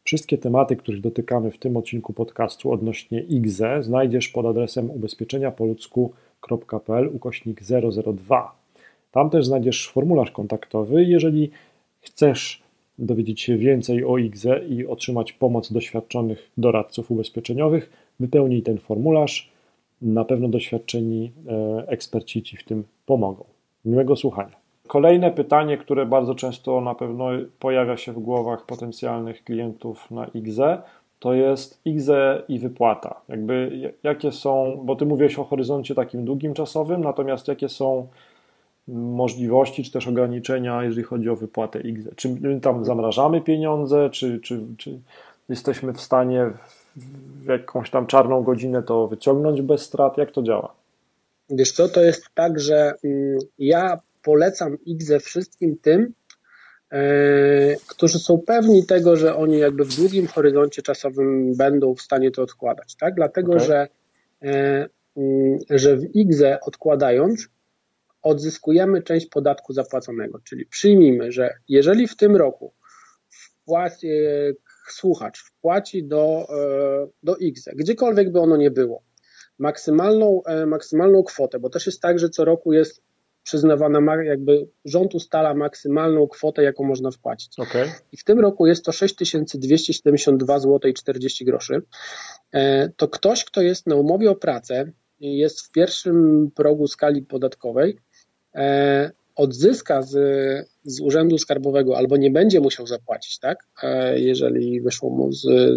Wszystkie tematy, których dotykamy w tym odcinku podcastu odnośnie IGZE znajdziesz pod adresem ubezpieczeniapoludzku.pl/002. Tam też znajdziesz formularz kontaktowy. Jeżeli chcesz dowiedzieć się więcej o IGZE i otrzymać pomoc doświadczonych doradców ubezpieczeniowych, wypełnij ten formularz. Na pewno doświadczeni eksperci Ci w tym pomogą. Miłego słuchania. Kolejne pytanie, które bardzo często na pewno pojawia się w głowach potencjalnych klientów na IGZE, to jest IGZE i wypłata. Jakie są, bo Ty mówiłeś o horyzoncie takim długim czasowym, natomiast jakie są możliwości czy też ograniczenia, jeżeli chodzi o wypłatę IGZE? Czy my tam zamrażamy pieniądze, czy jesteśmy w stanie w jakąś tam czarną godzinę to wyciągnąć bez strat? Jak to działa? Wiesz co, to jest tak, że ja polecam IGZE wszystkim tym, którzy są pewni tego, że oni jakby w długim horyzoncie czasowym będą w stanie to odkładać, tak? Dlatego, że w IGZE odkładając odzyskujemy część podatku zapłaconego, czyli przyjmijmy, że jeżeli w tym roku słuchacz wpłaci do IGZE, gdziekolwiek by ono nie było, maksymalną kwotę, bo też jest tak, że co roku jest przyznawana, jakby rząd ustala maksymalną kwotę, jaką można wpłacić. Okay. I w tym roku jest to 6272 zł i 40 groszy. To ktoś, kto jest na umowie o pracę, jest w pierwszym progu skali podatkowej, odzyska z Urzędu Skarbowego albo nie będzie musiał zapłacić, tak? Jeżeli wyszło mu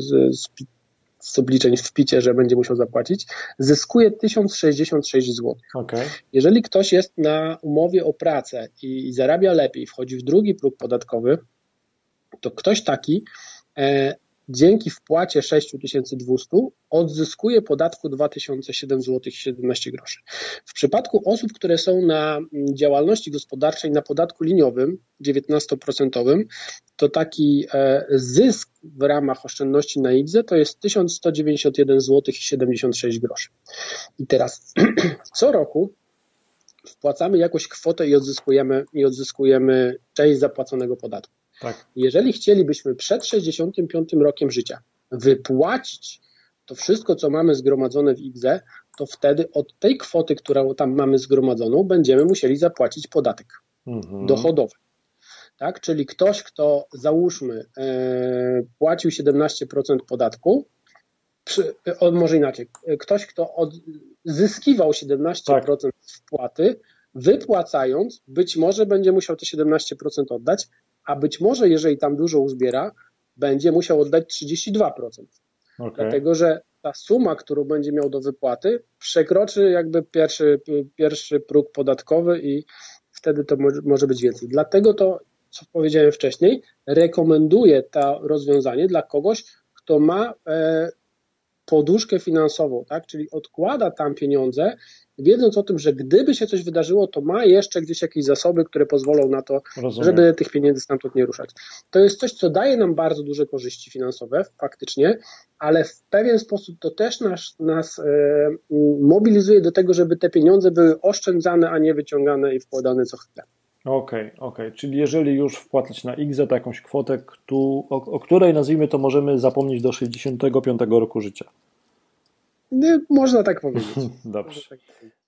z obliczeń w PIT-ie, że będzie musiał zapłacić, zyskuje 1066 zł. Okay. Jeżeli ktoś jest na umowie o pracę i zarabia lepiej, wchodzi w drugi próg podatkowy, to ktoś taki dzięki wpłacie 6200 odzyskuje podatku 2007 zł i 17 groszy. W przypadku osób, które są na działalności gospodarczej na podatku liniowym 19%, to taki zysk w ramach oszczędności na IGZE to jest 1191 zł i 76 groszy. I teraz co roku wpłacamy jakąś kwotę i odzyskujemy część zapłaconego podatku. Tak. Jeżeli chcielibyśmy przed 65 rokiem życia wypłacić to wszystko, co mamy zgromadzone w IGZE, to wtedy od tej kwoty, którą tam mamy zgromadzoną, będziemy musieli zapłacić podatek dochodowy. Tak? Czyli ktoś, kto załóżmy płacił 17% podatku, może inaczej, ktoś, kto zyskiwał 17% wpłaty, wypłacając, być może będzie musiał te 17% oddać, a być może, jeżeli tam dużo uzbiera, będzie musiał oddać 32%. Okay. Dlatego, że ta suma, którą będzie miał do wypłaty, przekroczy jakby pierwszy próg podatkowy i wtedy to może być więcej. Dlatego to, co powiedziałem wcześniej, rekomenduję to rozwiązanie dla kogoś, kto ma poduszkę finansową, tak? Czyli odkłada tam pieniądze, wiedząc o tym, że gdyby się coś wydarzyło, to ma jeszcze gdzieś jakieś zasoby, które pozwolą na to, żeby tych pieniędzy stamtąd nie ruszać. To jest coś, co daje nam bardzo duże korzyści finansowe, faktycznie, ale w pewien sposób to też nas mobilizuje do tego, żeby te pieniądze były oszczędzane, a nie wyciągane i wkładane co chwilę. Okej. Czyli jeżeli już wpłacać na IGZE jakąś kwotę, o której nazwijmy to możemy zapomnieć do 65 roku życia. Można tak powiedzieć. Dobrze.